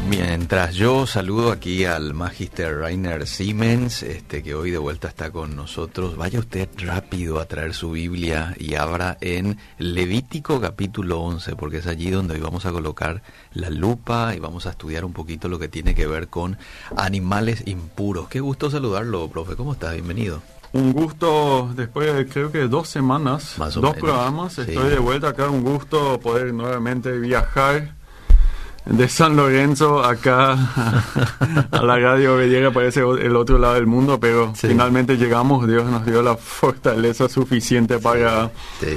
Mientras yo saludo aquí al Magister Rainer Siemens, que hoy de vuelta está con nosotros, vaya usted rápido a traer su Biblia y abra en Levítico capítulo 11, porque es allí donde hoy vamos a colocar la lupa y vamos a estudiar un poquito lo que tiene que ver con animales impuros. Qué gusto saludarlo, profe. ¿Cómo está? Bienvenido. Un gusto, después de creo que 2 semanas, más o 2 menos. programas, Sí. Estoy de vuelta acá. Un gusto poder nuevamente viajar de San Lorenzo acá a la radio Bediera, parece el otro lado del mundo, pero sí. Finalmente llegamos. Dios nos dio la fortaleza suficiente para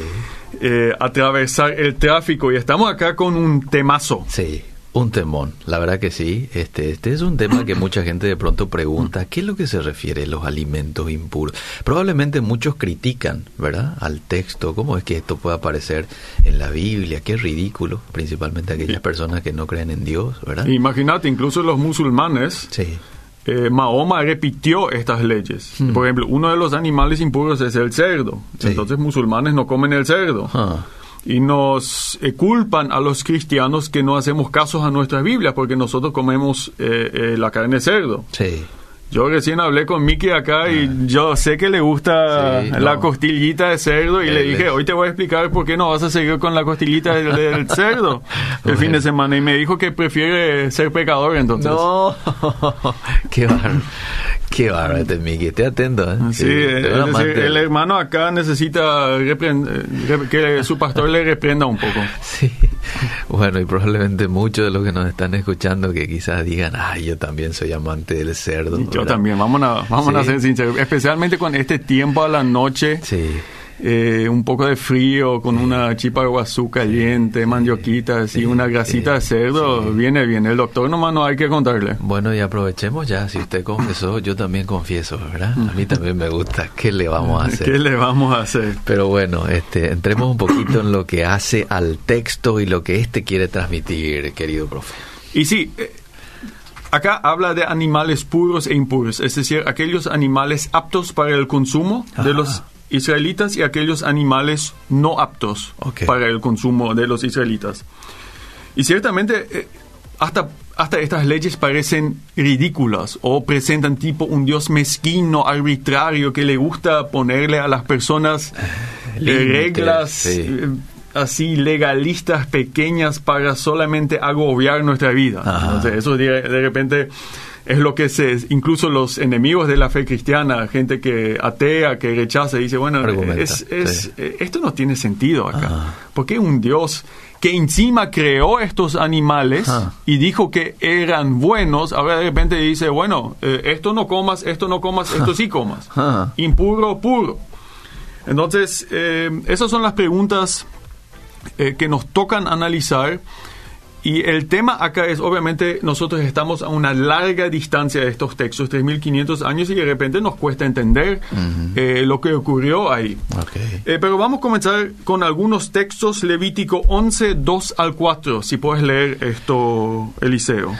atravesar el tráfico y estamos acá con un temazo. Sí, un temón, la verdad que sí. Este es un tema que mucha gente de pronto pregunta, ¿qué es lo que se refiere a los alimentos impuros? Probablemente muchos critican, ¿verdad?, al texto, ¿cómo es que esto puede aparecer en la Biblia? Qué ridículo, principalmente aquellas personas que no creen en Dios, ¿verdad? Imagínate, incluso los musulmanes, Sí. Mahoma repitió estas leyes. Por ejemplo, uno de los animales impuros es el cerdo. Sí. Entonces musulmanes no comen el cerdo. Y nos culpan a los cristianos que no hacemos caso a nuestras Biblias porque nosotros comemos la carne de cerdo. Sí. Yo recién hablé con Miki acá y yo sé que le gusta la costillita de cerdo y le dije, hoy te voy a explicar por qué no vas a seguir con la costillita del cerdo el fin de semana. Y me dijo que prefiere ser pecador entonces. No, qué bárbaro. Qué bárbaro este Miki, esté atento. Sí, es decir, el hermano acá necesita que su pastor le reprenda un poco. Sí, bueno, y probablemente muchos de los que nos están escuchando que quizás digan, ay, yo también soy amante del cerdo. Yo también, vamos a ser sinceros, especialmente con este tiempo a la noche. Sí. Un poco de frío, con una chipa de guazú caliente, mandioquitas y una grasita de cerdo, viene bien. El doctor nomás no hay que contarle. Bueno, y aprovechemos ya, si usted confesó, yo también confieso, ¿verdad? A mí también me gusta. ¿Qué le vamos a hacer? ¿Qué le vamos a hacer? Pero bueno, entremos un poquito en lo que hace al texto y lo que quiere transmitir, querido profe. Y sí, acá habla de animales puros e impuros, es decir, aquellos animales aptos para el consumo de los israelitas y aquellos animales no aptos para el consumo de los israelitas. Y ciertamente hasta estas leyes parecen ridículas o presentan tipo un Dios mezquino, arbitrario, que le gusta ponerle a las personas reglas así legalistas pequeñas para solamente agobiar nuestra vida. Entonces eso de repente es lo que incluso los enemigos de la fe cristiana, gente que atea, que rechaza, dice, bueno, esto no tiene sentido acá. Porque un Dios que encima creó estos animales y dijo que eran buenos, ahora de repente dice, bueno, esto no comas, esto sí comas. Impuro, puro. Entonces, esas son las preguntas que nos tocan analizar. Y el tema acá es, obviamente, nosotros estamos a una larga distancia de estos textos, 3.500 años, y de repente nos cuesta entender lo que ocurrió ahí. Pero vamos a comenzar con algunos textos. Levítico 11, 2 al 4, si puedes leer esto, Eliseo.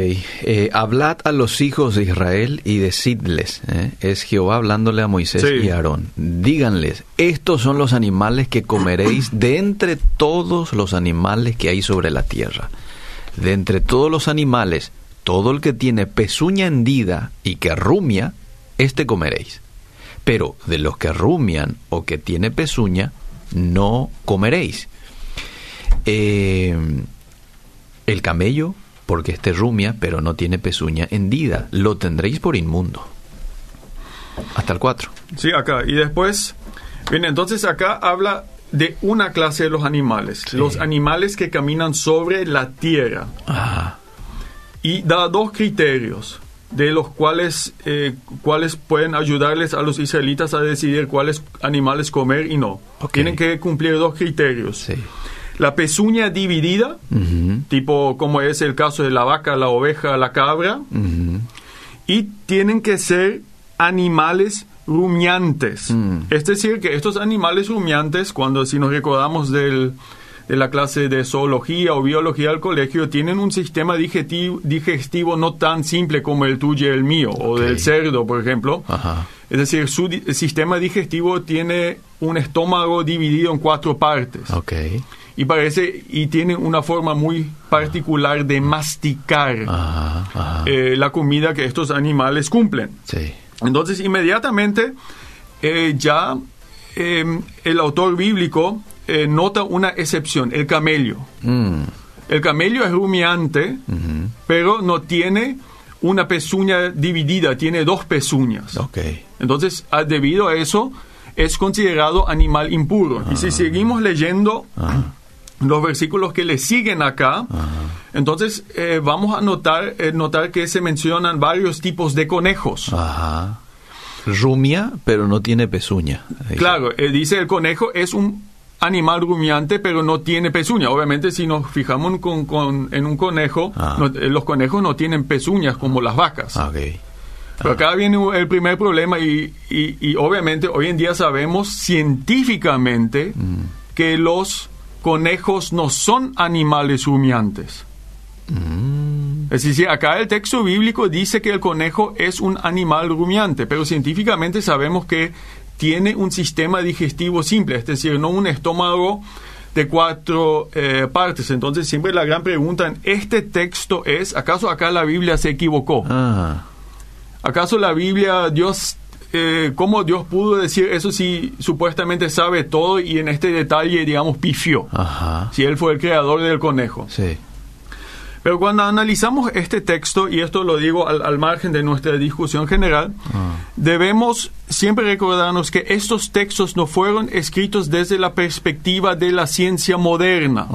Hablad a los hijos de Israel y decidles, es Jehová hablándole a Moisés y a Aarón, díganles, estos son los animales que comeréis de entre todos los animales que hay sobre la tierra. De entre todos los animales, todo el que tiene pezuña hendida y que rumia, comeréis. Pero de los que rumian o que tiene pezuña, no comeréis. El camello, porque rumia, pero no tiene pezuña hendida, lo tendréis por inmundo. Hasta el 4. Sí, acá. Y después, bien, entonces acá habla de una clase de los animales, los animales que caminan sobre la tierra. Y da 2 criterios, de los cuales pueden ayudarles a los israelitas a decidir cuáles animales comer y no. Tienen que cumplir 2 criterios. La pezuña dividida, tipo como es el caso de la vaca, la oveja, la cabra, y tienen que ser animales rumiantes. Es decir, que estos animales rumiantes, si nos recordamos de la clase de zoología o biología del colegio, tienen un sistema digestivo no tan simple como el tuyo y el mío, o del cerdo, por ejemplo. Es decir, su sistema digestivo tiene un estómago dividido en 4 partes. y tienen una forma muy particular de masticar la comida que estos animales cumplen. Sí. Entonces, inmediatamente el autor bíblico nota una excepción, el camello. El camello es rumiante, pero no tiene una pezuña dividida, tiene 2 pezuñas. Okay. Entonces, debido a eso, es considerado animal impuro. Y si seguimos leyendo los versículos que le siguen acá, entonces vamos a notar que se mencionan varios tipos de conejos. Rumia, pero no tiene pezuña. Claro, dice el conejo es un animal rumiante, pero no tiene pezuña. Obviamente, si nos fijamos en un conejo, los conejos no tienen pezuñas como las vacas. Okay. Pero acá viene el primer problema y obviamente hoy en día sabemos científicamente que los conejos no son animales rumiantes. Es decir, acá el texto bíblico dice que el conejo es un animal rumiante, pero científicamente sabemos que tiene un sistema digestivo simple, es decir, no un estómago de 4 partes. Entonces siempre la gran pregunta en este texto es, ¿acaso acá la Biblia se equivocó? ¿Acaso la Biblia, cómo Dios pudo decir eso si supuestamente sabe todo y en este detalle, digamos, pifió? Si Él fue el creador del conejo. Sí. Pero cuando analizamos este texto, y esto lo digo al margen de nuestra discusión general, debemos siempre recordarnos que estos textos no fueron escritos desde la perspectiva de la ciencia moderna.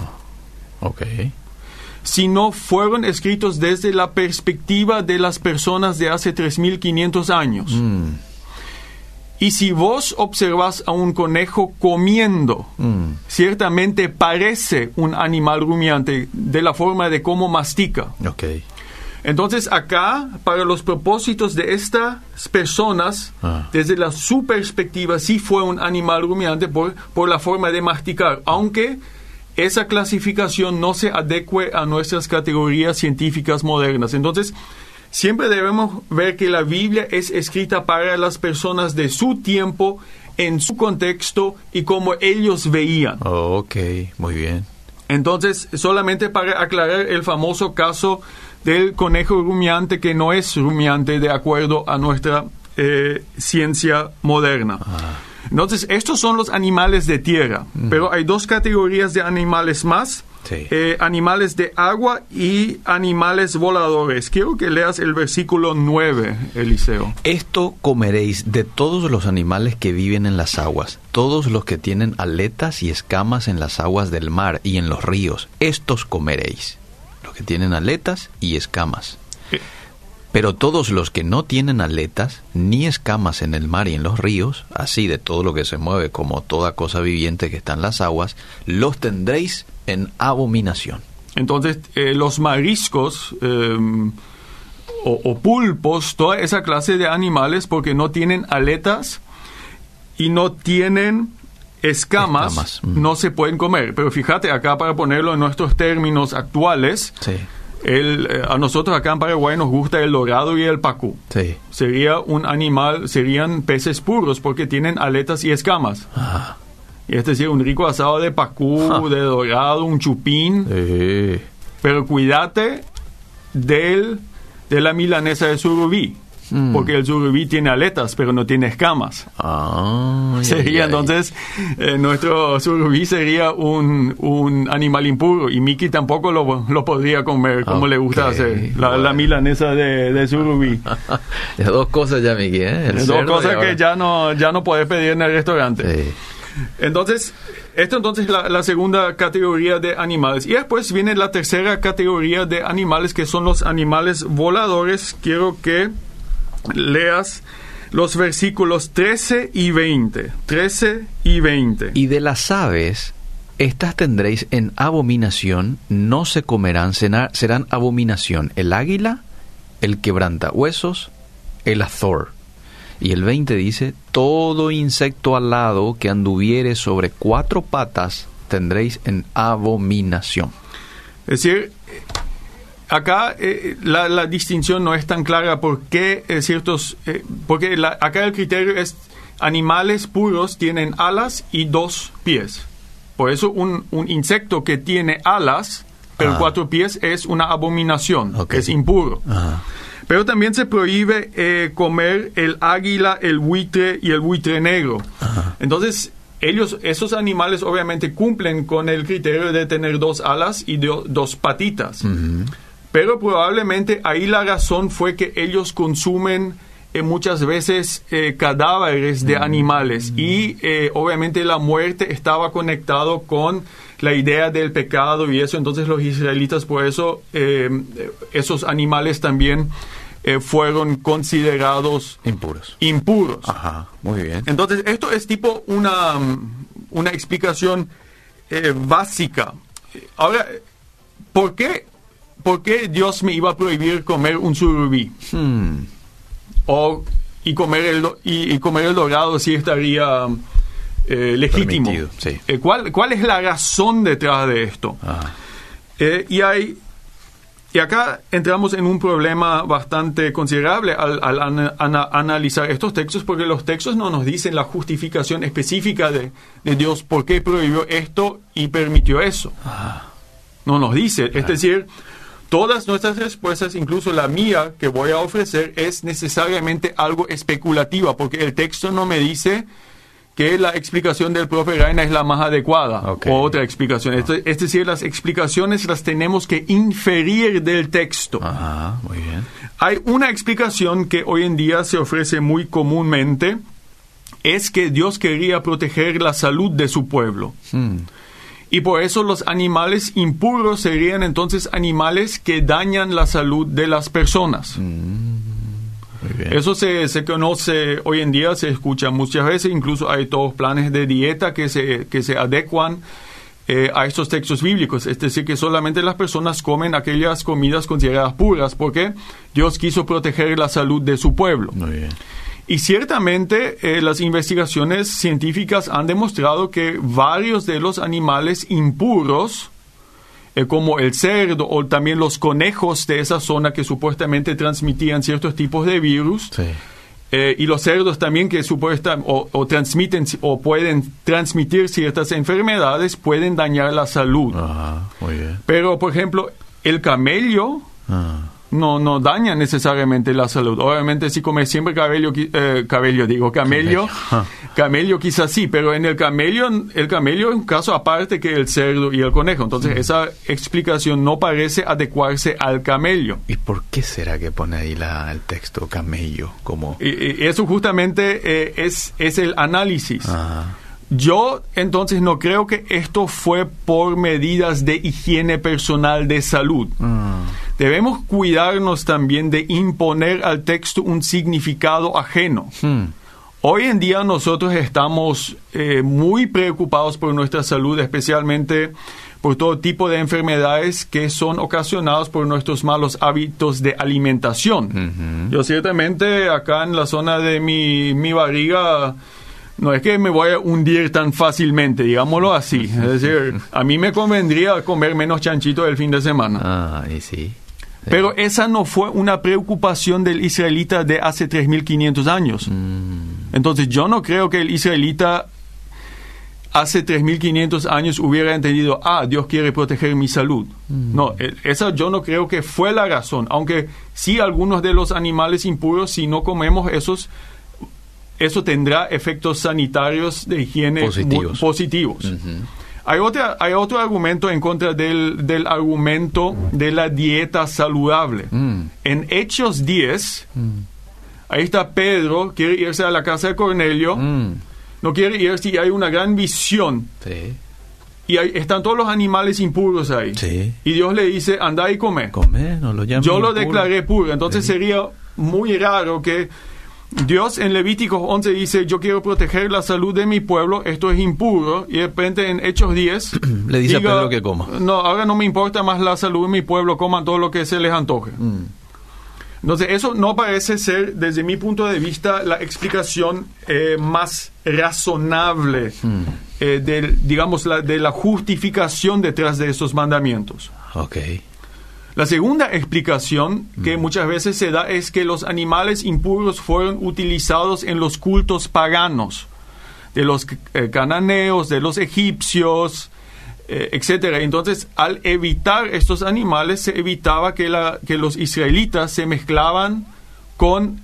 Sino fueron escritos desde la perspectiva de las personas de hace 3.500 años. Y si vos observás a un conejo comiendo, ciertamente parece un animal rumiante de la forma de cómo mastica. Entonces acá, para los propósitos de estas personas, desde su perspectiva, sí fue un animal rumiante por la forma de masticar, aunque esa clasificación no se adecue a nuestras categorías científicas modernas. Entonces, siempre debemos ver que la Biblia es escrita para las personas de su tiempo, en su contexto y como ellos veían. Muy bien. Entonces, solamente para aclarar el famoso caso del conejo rumiante, que no es rumiante de acuerdo a nuestra ciencia moderna. Entonces, estos son los animales de tierra, pero hay 2 categorías de animales más. Animales de agua y animales voladores. Quiero que leas el versículo 9, Eliseo. Esto comeréis de todos los animales que viven en las aguas, todos los que tienen aletas y escamas en las aguas del mar y en los ríos. Estos comeréis, los que tienen aletas y escamas. Pero todos los que no tienen aletas ni escamas en el mar y en los ríos, así de todo lo que se mueve como toda cosa viviente que está en las aguas, los tendréis en abominación. Entonces, los mariscos o pulpos, toda esa clase de animales, porque no tienen aletas y no tienen escamas. No se pueden comer. Pero fíjate, acá para ponerlo en nuestros términos actuales, a nosotros acá en Paraguay nos gusta el dorado y el pacú. Sería un animal, serían peces puros porque tienen aletas y escamas. Y es decir, un rico asado de pacú, de dorado, un chupín. Pero cuídate de la milanesa de surubí. Porque el surubí tiene aletas, pero no tiene escamas. Entonces, nuestro surubí sería un animal impuro. Y Miki tampoco lo podría comer como le gusta hacer. La milanesa de surubí. Las 2 cosas ya, Miki, Las 2 cosas que ya no podés pedir en el restaurante. Entonces, esto es la segunda categoría de animales. Y después viene la tercera categoría de animales, que son los animales voladores. Quiero que leas los versículos 13 y 20. 13 y 20. Y de las aves, estas tendréis en abominación, no se comerán, serán abominación el águila, el quebrantahuesos, el azor. Y el 20 dice, todo insecto alado que anduviere sobre 4 patas tendréis en abominación. Es decir, acá la distinción no es tan clara porque acá el criterio es animales puros tienen alas y 2 pies. Por eso un insecto que tiene alas, pero 4 pies, es una abominación, es impuro. Pero también se prohíbe comer el águila, el buitre y el buitre negro. Entonces, esos animales obviamente cumplen con el criterio de tener 2 alas y 2 patitas. Pero probablemente ahí la razón fue que ellos consumen muchas veces cadáveres de animales y obviamente la muerte estaba conectado con la idea del pecado y eso. Entonces los israelitas, por eso esos animales también fueron considerados impuros. Ajá, muy bien. Entonces esto es tipo una explicación básica. Ahora, ¿por qué Dios me iba a prohibir comer un surubí? Y comer el dorado sí estaría legítimo. Sí. ¿Cuál es la razón detrás de esto? Y acá entramos en un problema bastante considerable al analizar estos textos, porque los textos no nos dicen la justificación específica de Dios por qué prohibió esto y permitió eso. No nos dice. Es decir, todas nuestras respuestas, incluso la mía que voy a ofrecer, es necesariamente algo especulativa, porque el texto no me dice que la explicación del profe Reina es la más adecuada o otra explicación. Es decir, las explicaciones las tenemos que inferir del texto. Muy bien. Hay una explicación que hoy en día se ofrece muy comúnmente, es que Dios quería proteger la salud de su pueblo. Y por eso los animales impuros serían entonces animales que dañan la salud de las personas. Eso se conoce hoy en día, se escucha muchas veces, incluso hay todos planes de dieta que se adecuan a estos textos bíblicos. Es decir, que solamente las personas comen aquellas comidas consideradas puras porque Dios quiso proteger la salud de su pueblo. Muy bien. Y ciertamente las investigaciones científicas han demostrado que varios de los animales impuros, como el cerdo o también los conejos de esa zona que supuestamente transmitían ciertos tipos de virus, y los cerdos también que supuestamente transmiten o pueden transmitir ciertas enfermedades, pueden dañar la salud. Muy bien. Pero, por ejemplo, el camello no daña necesariamente la salud. Obviamente, si comes siempre camello quizás sí, pero en el camello es un caso aparte que el cerdo y el conejo. Entonces, esa explicación no parece adecuarse al camello. ¿Y por qué será que pone ahí el texto camello? Como... Y eso justamente es el análisis. Yo, entonces, no creo que esto fue por medidas de higiene personal de salud. Debemos cuidarnos también de imponer al texto un significado ajeno. Hoy en día nosotros estamos muy preocupados por nuestra salud, especialmente por todo tipo de enfermedades que son ocasionadas por nuestros malos hábitos de alimentación. Yo ciertamente acá en la zona de mi barriga... No es que me voy a hundir tan fácilmente, digámoslo así. Es decir, a mí me convendría comer menos chanchito el fin de semana. Y sí. Pero esa no fue una preocupación del israelita de hace 3.500 años. Entonces yo no creo que el israelita hace 3.500 años hubiera entendido, Dios quiere proteger mi salud. No, esa yo no creo que fue la razón. Aunque sí algunos de los animales impuros, si no comemos eso tendrá efectos sanitarios de higiene positivos. Hay otro argumento en contra del argumento de la dieta saludable. En Hechos 10, ahí está Pedro, quiere irse a la casa de Cornelio, no quiere irse y hay una gran visión. Y están todos los animales impuros ahí. Y Dios le dice, anda y come. Yo lo declaré puro. Entonces sería muy raro que Dios en Levíticos 11 dice, yo quiero proteger la salud de mi pueblo, esto es impuro, y de repente en Hechos 10 le dice a Pedro que coma. No, ahora no me importa más la salud de mi pueblo, coman todo lo que se les antoje. Entonces eso no parece ser, desde mi punto de vista, la explicación más razonable de la justificación detrás de esos mandamientos. La segunda explicación que muchas veces se da es que los animales impuros fueron utilizados en los cultos paganos. de los cananeos, de los egipcios, etcétera. Entonces, al evitar estos animales, se evitaba que los israelitas se mezclaban con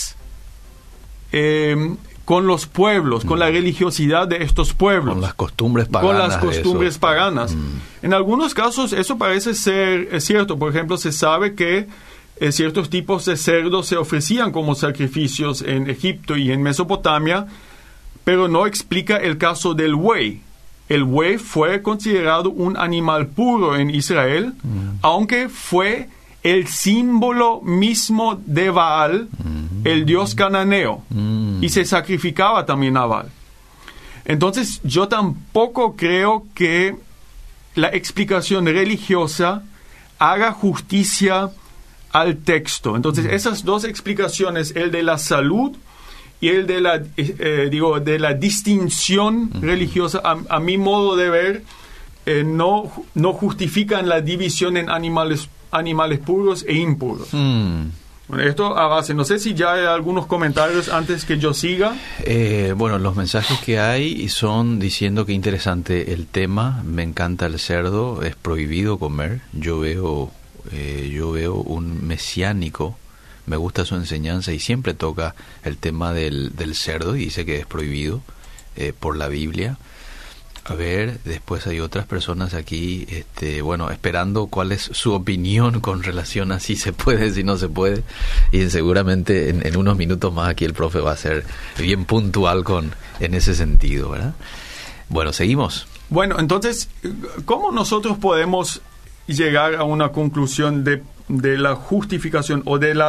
con los pueblos, con la religiosidad de estos pueblos. Con las costumbres paganas. Con las costumbres paganas. En algunos casos eso parece ser cierto. Por ejemplo, se sabe que ciertos tipos de cerdos se ofrecían como sacrificios en Egipto y en Mesopotamia, pero no explica el caso del buey. El buey fue considerado un animal puro en Israel, aunque fue el símbolo mismo de Baal, el dios cananeo, y se sacrificaba también a Baal. Entonces, yo tampoco creo que la explicación religiosa haga justicia al texto. Entonces, esas dos explicaciones, el de la salud y el de la distinción religiosa, a mi modo de ver, no justifican la división en animales puros e impuros. Bueno, esto a base, no sé si ya hay algunos comentarios antes que yo siga. Bueno, los mensajes que hay son diciendo que interesante el tema, me encanta el cerdo, es prohibido comer. Yo veo un mesiánico, me gusta su enseñanza y siempre toca el tema del cerdo y dice que es prohibido por la Biblia. A ver, después hay otras personas aquí, esperando cuál es su opinión con relación a si se puede, si no se puede, y seguramente en unos minutos más aquí el profe va a ser bien puntual en ese sentido, ¿verdad? Bueno, seguimos. Bueno, entonces, ¿cómo nosotros podemos llegar a una conclusión de la justificación o del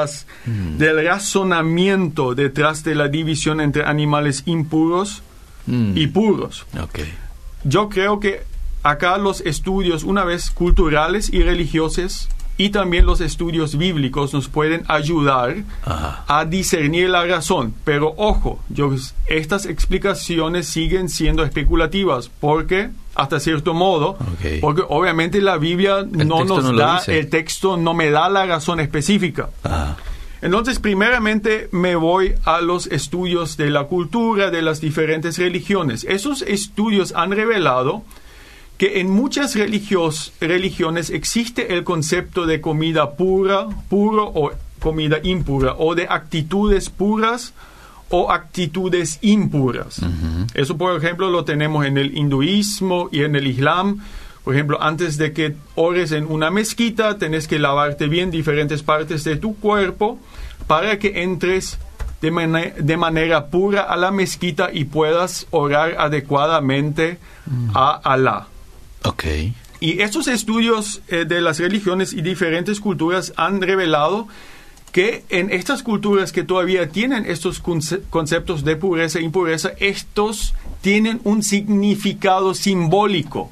razonamiento detrás de la división entre animales impuros y puros? Okay. Yo creo que acá los estudios, una vez culturales y religiosos, y también los estudios bíblicos nos pueden ayudar a discernir la razón. Pero ojo, estas explicaciones siguen siendo especulativas, porque, hasta cierto modo, porque obviamente la Biblia el texto no me da la razón específica. Entonces, primeramente me voy a los estudios de la cultura de las diferentes religiones. Esos estudios han revelado que en muchas religiones existe el concepto de comida puro o comida impura, o de actitudes puras o actitudes impuras. Eso, por ejemplo, lo tenemos en el hinduismo y en el islam. Por ejemplo, antes de que ores en una mezquita, tenés que lavarte bien diferentes partes de tu cuerpo para que entres de manera pura a la mezquita y puedas orar adecuadamente a Alá. Okay. Y estos estudios de las religiones y diferentes culturas han revelado que en estas culturas que todavía tienen estos conceptos de pureza e impureza, estos tienen un significado simbólico.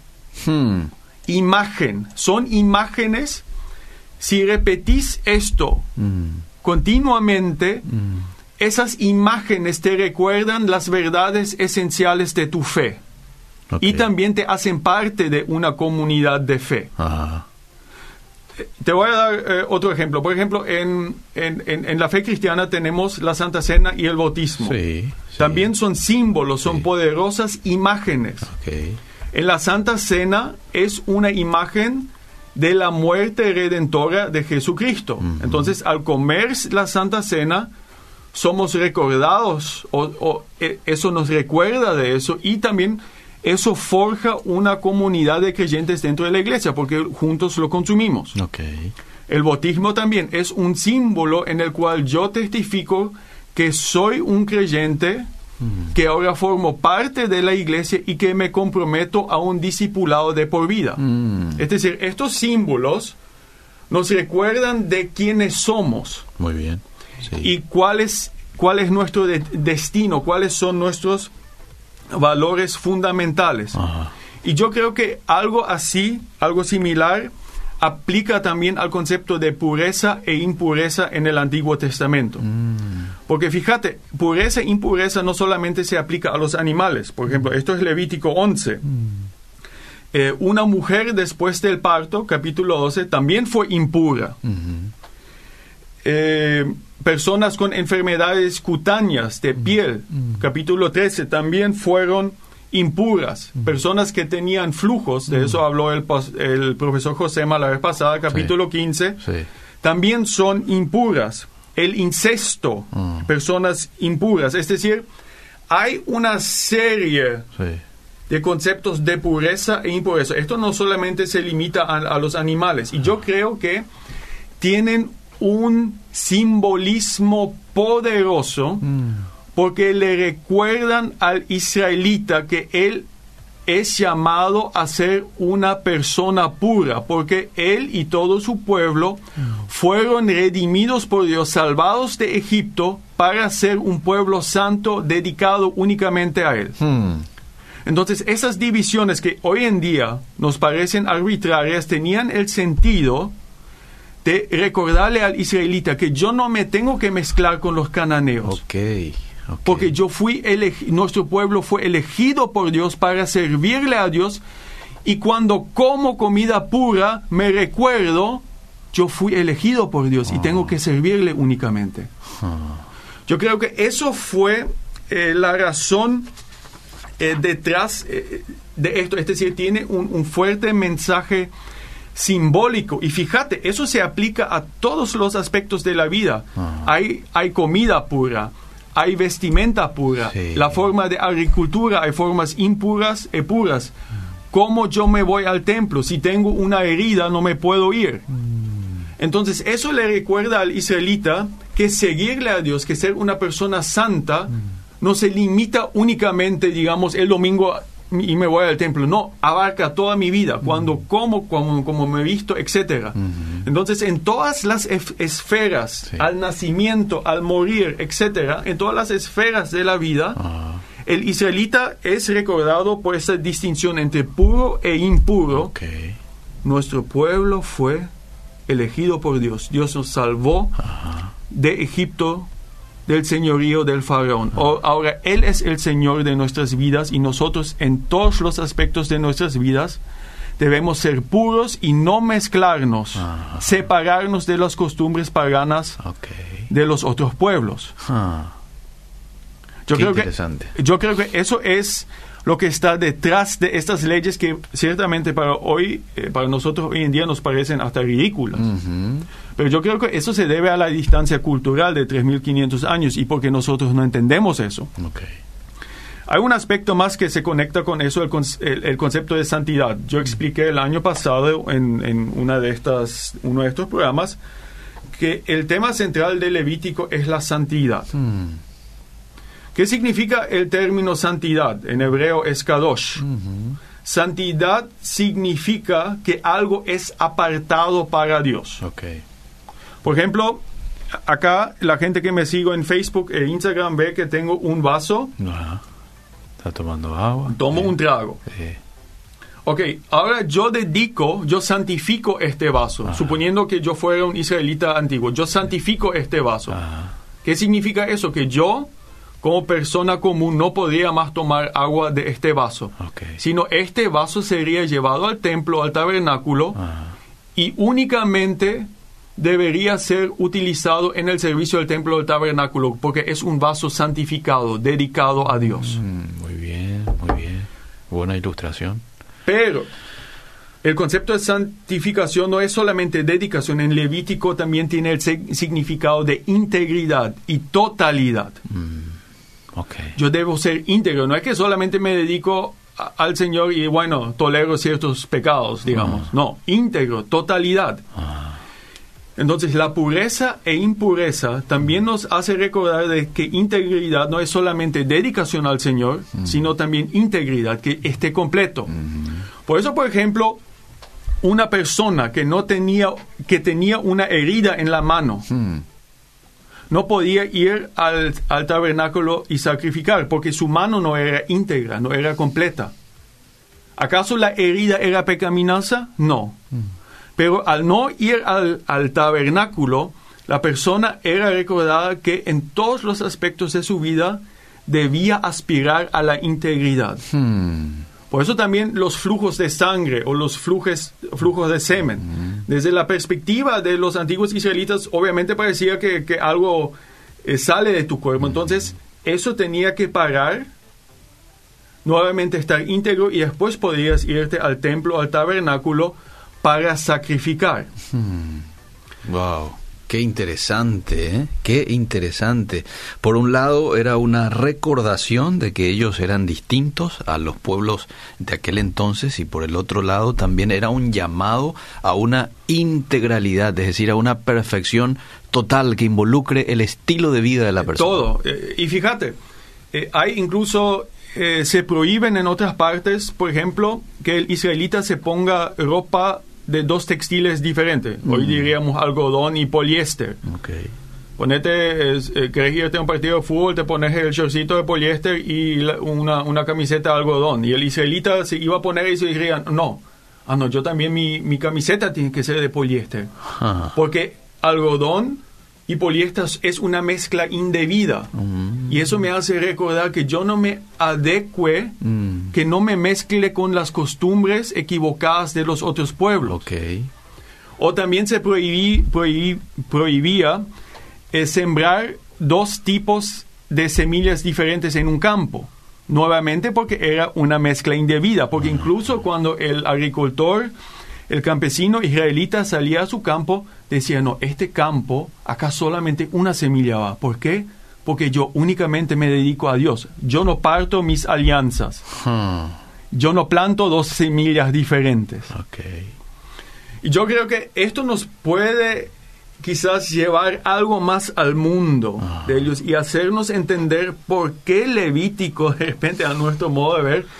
Imagen. Son imágenes. Si repetís esto continuamente, esas imágenes te recuerdan las verdades esenciales de tu fe. Y también te hacen parte de una comunidad de fe. Te voy a dar otro ejemplo. Por ejemplo, en la fe cristiana tenemos la Santa Cena y el bautismo. También son símbolos, son poderosas imágenes. En la Santa Cena es una imagen de la muerte redentora de Jesucristo. Entonces, al comer la Santa Cena, somos recordados, eso nos recuerda de eso, y también eso forja una comunidad de creyentes dentro de la iglesia, porque juntos lo consumimos. El bautismo también es un símbolo en el cual yo testifico que soy un creyente, que ahora formo parte de la iglesia y que me comprometo a un discipulado de por vida. Es decir, estos símbolos nos recuerdan de quiénes somos. Muy bien. Y cuál es nuestro destino, cuáles son nuestros valores fundamentales. Y yo creo que algo similar, aplica también al concepto de pureza e impureza en el Antiguo Testamento. Porque fíjate, pureza e impureza no solamente se aplica a los animales. Por ejemplo, esto es Levítico 11. Una mujer después del parto, capítulo 12, también fue impura. personas con enfermedades cutáneas de piel, capítulo 13, también fueron impuras. Personas que tenían flujos, de eso habló el profesor Josema la vez pasada, capítulo 15, también son impuras. El incesto, personas impuras. Es decir, hay una serie de conceptos de pureza e impureza. Esto no solamente se limita a los animales. Y yo creo que tienen un simbolismo poderoso porque le recuerdan al israelita que él es llamado a ser una persona pura, porque él y todo su pueblo fueron redimidos por Dios, salvados de Egipto, para ser un pueblo santo dedicado únicamente a él. Entonces, esas divisiones que hoy en día nos parecen arbitrarias tenían el sentido de recordarle al israelita que yo no me tengo que mezclar con los cananeos. Porque yo fui nuestro pueblo fue elegido por Dios para servirle a Dios, y cuando como comida pura me recuerdo, yo fui elegido por Dios y tengo que servirle únicamente. Yo creo que eso fue la razón detrás de esto. Es decir, tiene un fuerte mensaje simbólico. Y fíjate, eso se aplica a todos los aspectos de la vida. Hay comida pura, hay vestimenta pura, la forma de agricultura, hay formas impuras y puras. ¿Cómo yo me voy al templo? Si tengo una herida, no me puedo ir. Entonces, eso le recuerda al israelita que seguirle a Dios, que ser una persona santa, no se limita únicamente, digamos, el domingo y me voy al templo. No, abarca toda mi vida, cuando como me visto, etc. Entonces, en todas las esferas, al nacimiento, al morir, etc., en todas las esferas de la vida, el israelita es recordado por esa distinción entre puro e impuro. Nuestro pueblo fue elegido por Dios. Dios nos salvó de Egipto, del señorío del faraón. Ahora, Él es el Señor de nuestras vidas, y nosotros en todos los aspectos de nuestras vidas debemos ser puros y no mezclarnos, separarnos de las costumbres paganas de los otros pueblos. Yo creo que eso es lo que está detrás de estas leyes que ciertamente para nosotros hoy en día nos parecen hasta ridículas. Pero yo creo que eso se debe a la distancia cultural de 3.500 años y porque nosotros no entendemos eso. Hay un aspecto más que se conecta con eso, el concepto de santidad. Yo expliqué el año pasado en uno de estos programas que el tema central de Levítico es la santidad. ¿Qué significa el término santidad? En hebreo es kadosh. Santidad significa que algo es apartado para Dios. Por ejemplo, acá la gente que me sigue en Facebook e Instagram ve que tengo un vaso. Está tomando agua. Tomo un trago. Ahora yo santifico este vaso. Suponiendo que yo fuera un israelita antiguo, yo santifico este vaso. ¿Qué significa eso? Que yo, como persona común, no podría más tomar agua de este vaso, sino este vaso sería llevado al templo, al tabernáculo, y únicamente debería ser utilizado en el servicio del templo del tabernáculo, porque es un vaso santificado, dedicado a Dios. Muy bien. Buena ilustración. Pero el concepto de santificación no es solamente dedicación. En Levítico también tiene el significado de integridad y totalidad. Yo debo ser íntegro. No es que solamente me dedico al Señor y, bueno, tolero ciertos pecados, digamos. No, íntegro, totalidad. Entonces, la pureza e impureza también nos hace recordar de que integridad no es solamente dedicación al Señor, sino también integridad, que esté completo. Por eso, por ejemplo, una persona que tenía una herida en la mano, no podía ir al tabernáculo y sacrificar, porque su mano no era íntegra, no era completa. ¿Acaso la herida era pecaminosa? No. Pero al no ir al tabernáculo, la persona era recordada que en todos los aspectos de su vida debía aspirar a la integridad. Por eso también los flujos de sangre o los flujos de semen. Desde la perspectiva de los antiguos israelitas, obviamente parecía que algo sale de tu cuerpo. Entonces, eso tenía que parar, nuevamente estar íntegro, y después podías irte al templo, al tabernáculo, para sacrificar. Wow. Qué interesante, ¿eh? Qué interesante. Por un lado, era una recordación de que ellos eran distintos a los pueblos de aquel entonces, y por el otro lado también era un llamado a una integralidad, es decir, a una perfección total que involucre el estilo de vida de la persona. Todo. Y fíjate, hay incluso, se prohíben en otras partes, por ejemplo, que el israelita se ponga ropa de dos textiles diferentes. Hoy diríamos algodón y poliéster. Okay. Ponete, querés irte a un partido de fútbol, te pones el shortcito de poliéster y una camiseta de algodón. Y el israelita se iba a poner y se diría, no, yo también mi camiseta tiene que ser de poliéster. Porque algodón y poliéster es una mezcla indebida. Y eso me hace recordar que yo no me adecue, que no me mezcle con las costumbres equivocadas de los otros pueblos. Okay. O también se prohibía sembrar dos tipos de semillas diferentes en un campo. Nuevamente porque era una mezcla indebida. Porque incluso cuando el agricultor, el campesino israelita salía a su campo, decía, no, este campo, acá solamente una semilla va. ¿Por qué? Porque yo únicamente me dedico a Dios. Yo no parto mis alianzas. Yo no planto dos semillas diferentes. Okay. Y yo creo que esto nos puede quizás llevar algo más al mundo de ellos y hacernos entender por qué Levítico, de repente, a nuestro modo de ver,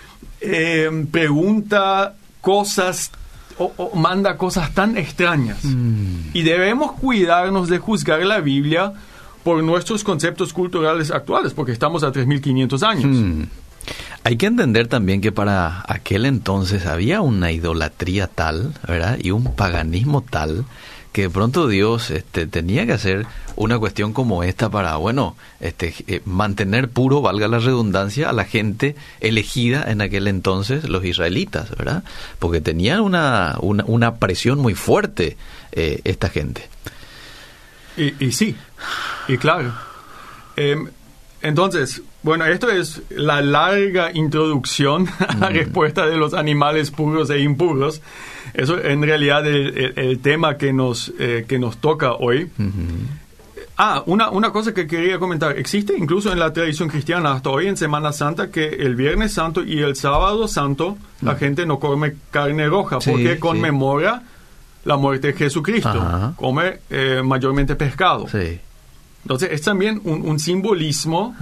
pregunta cosas o manda cosas tan extrañas. Y debemos cuidarnos de juzgar la Biblia por nuestros conceptos culturales actuales, porque estamos a 3.500 años. Hay que entender también que para aquel entonces había una idolatría tal, ¿verdad? Y un paganismo tal, que de pronto Dios tenía que hacer una cuestión como esta para, mantener puro, valga la redundancia, a la gente elegida en aquel entonces, los israelitas, ¿verdad? Porque tenían una presión muy fuerte esta gente. Y sí, y claro. Entonces, bueno, esto es la larga introducción a la respuesta de los animales puros e impuros. Eso en realidad es el tema que nos toca hoy. Una cosa que quería comentar. Existe incluso en la tradición cristiana hasta hoy en Semana Santa que el Viernes Santo y el Sábado Santo la gente no come carne roja porque conmemora la muerte de Jesucristo. Come mayormente pescado. Sí. Entonces es también un simbolismo.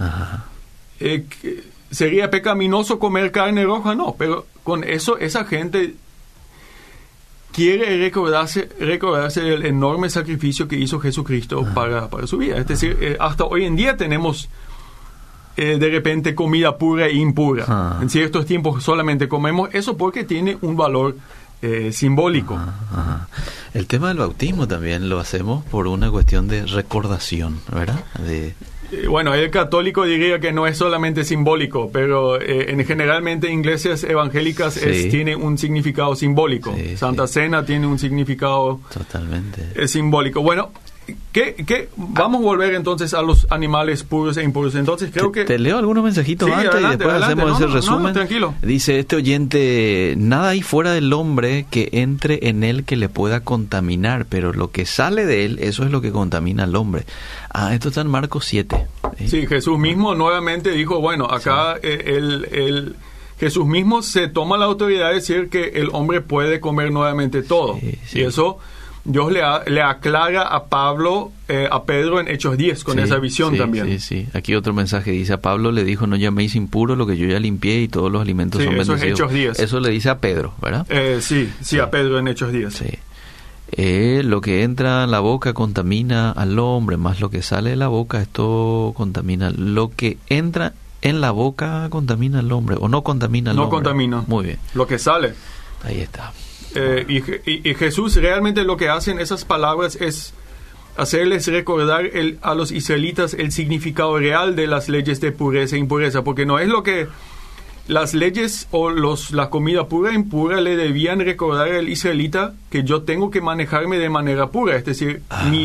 ¿Sería pecaminoso comer carne roja? No, pero con eso esa gente quiere recordarse del enorme sacrificio que hizo Jesucristo para su vida. Es decir, hasta hoy en día tenemos de repente comida pura e impura. En ciertos tiempos solamente comemos eso porque tiene un valor simbólico. El tema del bautismo también lo hacemos por una cuestión de recordación, ¿verdad? Bueno, el católico diría que no es solamente simbólico, pero generalmente en iglesias evangélicas tiene un significado simbólico. Santa Cena tiene un significado totalmente simbólico. Bueno, vamos a volver entonces a los animales puros e impuros. Entonces creo que... Te leo algunos mensajitos antes y después hacemos ese resumen. No, tranquilo. Dice este oyente, nada hay fuera del hombre que entre en él que le pueda contaminar, pero lo que sale de él, eso es lo que contamina al hombre. Esto está en Marcos 7. Sí, Jesús mismo nuevamente dijo, bueno, acá Jesús mismo se toma la autoridad de decir que el hombre puede comer nuevamente todo. Y eso Dios le aclara a Pedro en Hechos 10 con esa visión también. Sí. Aquí otro mensaje dice, a Pablo le dijo, no llaméis impuro lo que yo ya limpié y todos los alimentos son bendecidos. Eso es Hechos 10. Eso le dice a Pedro, ¿verdad? Sí, a Pedro en Hechos 10. Sí. Lo que entra en la boca contamina al hombre, más lo que sale de la boca, esto contamina. Lo que entra en la boca contamina al hombre, o no contamina al hombre. No contamina. Muy bien. Lo que sale. Ahí está. Y Jesús realmente lo que hace en esas palabras es hacerles recordar a los israelitas el significado real de las leyes de pureza e impureza, porque no es lo que las leyes o la comida pura e impura le debían recordar al israelita que yo tengo que manejarme de manera pura, es decir,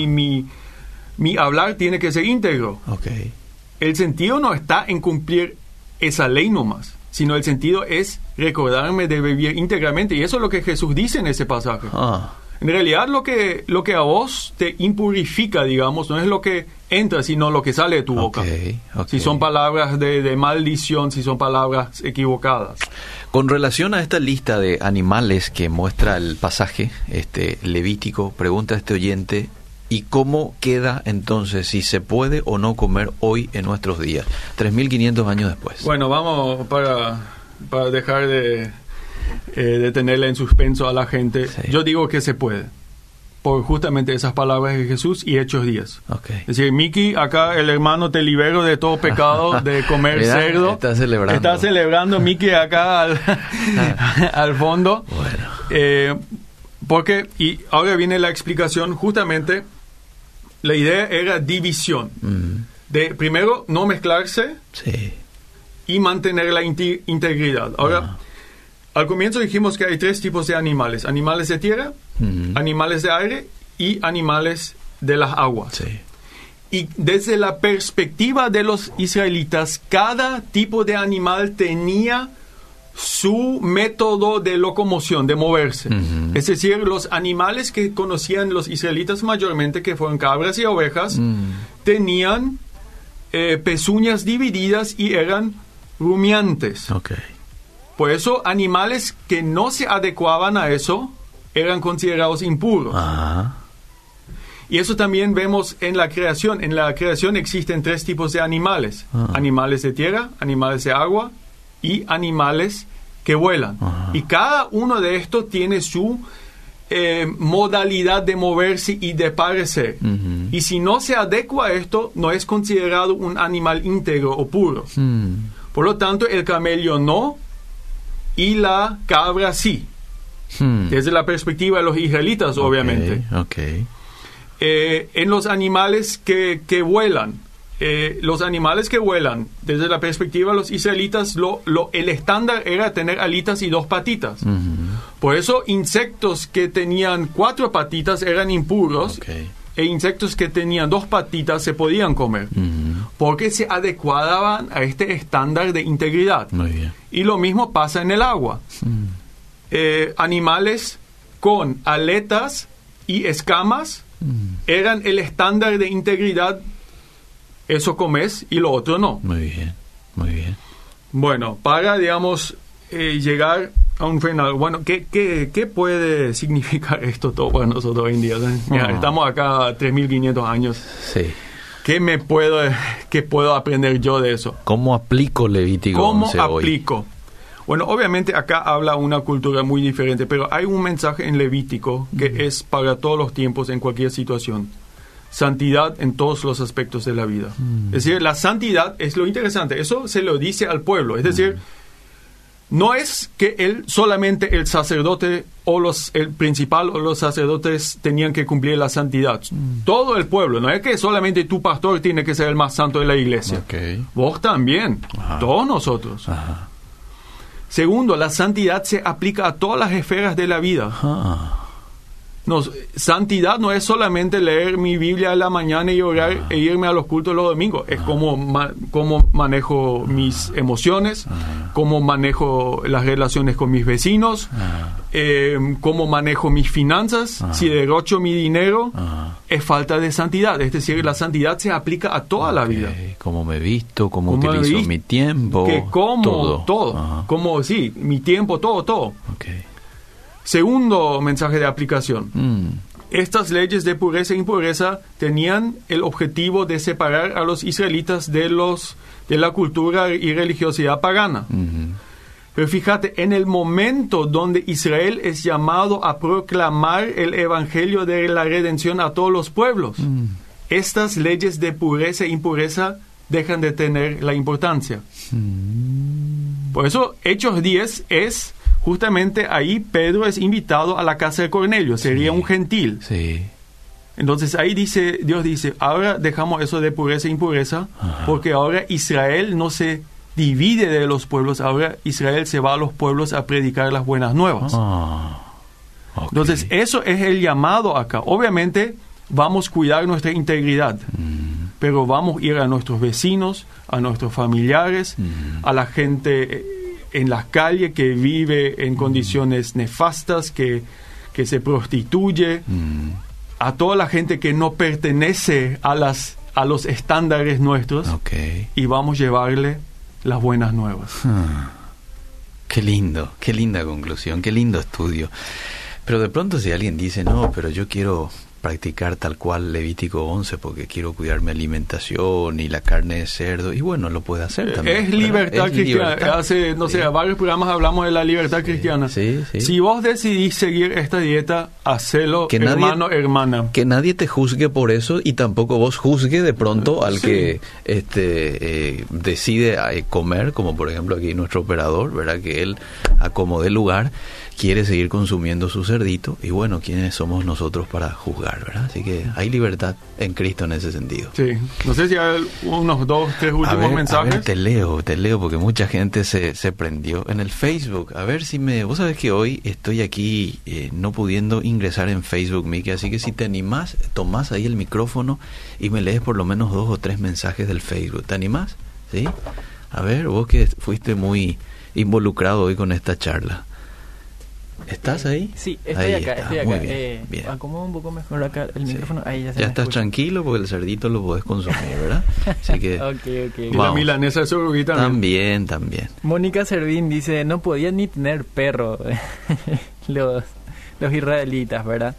mi hablar tiene que ser íntegro. Okay. El sentido no está en cumplir esa ley nomás, sino el sentido es recordarme de vivir íntegramente, y eso es lo que Jesús dice en ese pasaje. En realidad lo que a vos te impurifica, digamos, no es lo que entra, sino lo que sale de tu boca. Okay. Si son palabras de maldición, si son palabras equivocadas. Con relación a esta lista de animales que muestra el pasaje levítico, pregunta este oyente, ¿y cómo queda entonces si se puede o no comer hoy en nuestros días, 3.500 años después? Bueno, vamos para dejar de tenerle en suspenso a la gente. Sí. Yo digo que se puede, por justamente esas palabras de Jesús y Hechos 10. Okay. Es decir, Miki, acá el hermano te libero de todo pecado, de comer Mirá, cerdo. Está celebrando Miki acá al fondo. Bueno. Porque, y ahora viene la explicación, justamente, la idea era división. De primero, no mezclarse, sí, y mantener la integridad. Ahora, al comienzo dijimos que hay 3 tipos de animales: animales de tierra, animales de aire y animales de las aguas. Sí. Y desde la perspectiva de los israelitas, cada tipo de animal tenía su método de locomoción, de moverse. Es decir, los animales que conocían los israelitas mayormente, que fueron cabras y ovejas, tenían pezuñas divididas y eran rumiantes. Okay. Por eso, animales que no se adecuaban a eso eran considerados impuros. Ajá. Y eso también vemos en la creación. En la creación existen 3 tipos de animales. Animales de tierra, animales de agua y animales que vuelan. Y cada uno de estos tiene su modalidad de moverse y de parecer. Y si no se adecua a esto, no es considerado un animal íntegro o puro. Por lo tanto, el camello no, y la cabra sí. Desde la perspectiva de los israelitas, obviamente. Okay. En los animales que vuelan, desde la perspectiva de los israelitas, el estándar era tener alitas y 2 patitas. Por eso, insectos que tenían 4 patitas eran impuros, e insectos que tenían 2 patitas se podían comer, porque se adecuaban a este estándar de integridad. Muy bien. Y lo mismo pasa en el agua. Animales con aletas y escamas eran el estándar de integridad. Eso comes y lo otro no. Muy bien, muy bien. Bueno, para, digamos, llegar a un final. Bueno, ¿qué puede significar esto todo para nosotros hoy en día? Mira, estamos acá 3.500 años. Sí. ¿Qué puedo aprender yo de eso? ¿Cómo aplico Levítico 11 ¿Cómo aplico? Hoy? Bueno, obviamente acá habla una cultura muy diferente, pero hay un mensaje en Levítico que es para todos los tiempos, en cualquier situación. Santidad en todos los aspectos de la vida. Es decir, la santidad es lo interesante. Eso se lo dice al pueblo. Es decir, no es que solamente el sacerdote o el principal o los sacerdotes tenían que cumplir la santidad. Todo el pueblo. No es que solamente tu pastor tiene que ser el más santo de la iglesia. Vos también. Todos nosotros. Segundo, la santidad se aplica a todas las esferas de la vida. No, santidad no es solamente leer mi Biblia a la mañana y orar e irme a los cultos los domingos. Es cómo manejo mis emociones, cómo manejo las relaciones con mis vecinos, cómo manejo mis finanzas, si derrocho mi dinero. Es falta de santidad. Es decir, la santidad se aplica a toda la vida. Cómo me visto, cómo utilizo mi tiempo. Todo. Como, sí, mi tiempo, todo. Segundo mensaje de aplicación. Estas leyes de pureza e impureza tenían el objetivo de separar a los israelitas de la cultura y religiosidad pagana. Pero fíjate, en el momento donde Israel es llamado a proclamar el evangelio de la redención a todos los pueblos, estas leyes de pureza e impureza dejan de tener la importancia. Por eso, Hechos 10 es... Justamente ahí Pedro es invitado a la casa de Cornelio, sería un gentil. Entonces ahí Dios dice, ahora dejamos eso de pureza e impureza, porque ahora Israel no se divide de los pueblos, ahora Israel se va a los pueblos a predicar las buenas nuevas. Okay. Entonces, eso es el llamado acá. Obviamente, vamos a cuidar nuestra integridad, pero vamos a ir a nuestros vecinos, a nuestros familiares, a la gente en las calles que vive en condiciones nefastas, que se prostituye, a toda la gente que no pertenece a los estándares nuestros, y vamos a llevarle las buenas nuevas. Qué lindo, qué linda conclusión, qué lindo estudio. Pero de pronto si alguien dice, no, pero yo quiero practicar tal cual Levítico 11 porque quiero cuidar mi alimentación y la carne de cerdo, y bueno, lo puede hacer también. Es libertad cristiana. Libertad. Hace, no sé, varios programas hablamos de la libertad cristiana. Sí. Si vos decidís seguir esta dieta, hacelo, que hermano, hermana. Que nadie te juzgue por eso, y tampoco vos juzgue de pronto al que decide comer, como por ejemplo aquí nuestro operador, ¿verdad? Que él acomode el lugar, quiere seguir consumiendo su cerdito, y bueno, ¿quiénes somos nosotros para juzgar, verdad? Así que hay libertad en Cristo en ese sentido. Sí, no sé si hay unos 2, 3 últimos mensajes. A ver, te leo, porque mucha gente se prendió en el Facebook. A ver si vos sabés que hoy estoy aquí no pudiendo ingresar en Facebook, Miki, así que si te animás, tomás ahí el micrófono y me lees por lo menos 2 o 3 mensajes del Facebook. ¿Te animás? ¿Sí? A ver, vos que fuiste muy involucrado hoy con esta charla. ¿Estás ahí? Sí, estoy acá. Muy bien. Acomodo un poco mejor acá el micrófono. Ahí ya estás escucha. Tranquilo porque el cerdito lo podés consumir, ¿verdad? Así que okay. Y la milanesa de surubí también. Mónica Servín dice, no podían ni tener perro los israelitas, ¿verdad?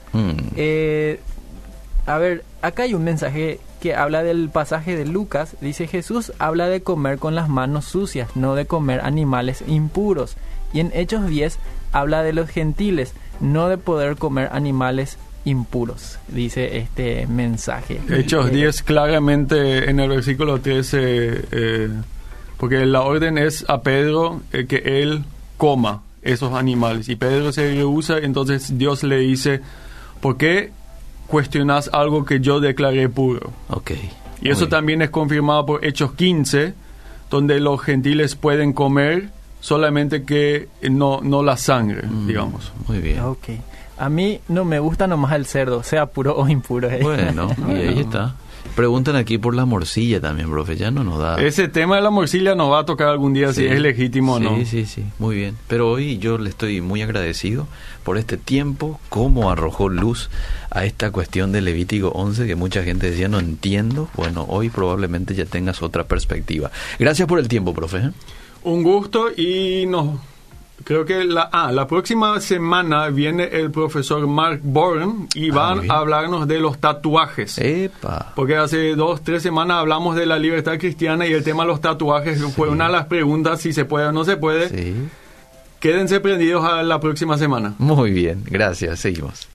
A ver, acá hay un mensaje que habla del pasaje de Lucas. Dice, Jesús habla de comer con las manos sucias, no de comer animales impuros. Y en Hechos 10 habla de los gentiles, no de poder comer animales impuros, dice este mensaje. Hechos 10 claramente en el versículo 13, porque la orden es a Pedro que él coma esos animales, y Pedro se rehúsa. Entonces Dios le dice, ¿por qué cuestionas algo que yo declaré puro? Y eso también es confirmado por Hechos 15, donde los gentiles pueden comer, solamente que no la sangre, digamos. Muy bien. A mí no me gusta nomás el cerdo, sea puro o impuro. Bueno, y ahí está. Preguntan aquí por la morcilla también, profe, ya no nos da... Ese tema de la morcilla nos va a tocar algún día, si es legítimo o no. Sí, muy bien. Pero hoy yo le estoy muy agradecido por este tiempo, cómo arrojó luz a esta cuestión de Levítico 11, que mucha gente decía, no entiendo. Bueno, hoy probablemente ya tengas otra perspectiva. Gracias por el tiempo, profe. Un gusto, y creo que la próxima semana viene el profesor Mark Bourne y van a hablarnos de los tatuajes. ¡Epa! Porque hace 2, 3 semanas hablamos de la libertad cristiana y el tema de los tatuajes fue una de las preguntas, si se puede o no se puede. Sí. Quédense prendidos a la próxima semana. Muy bien, gracias, seguimos.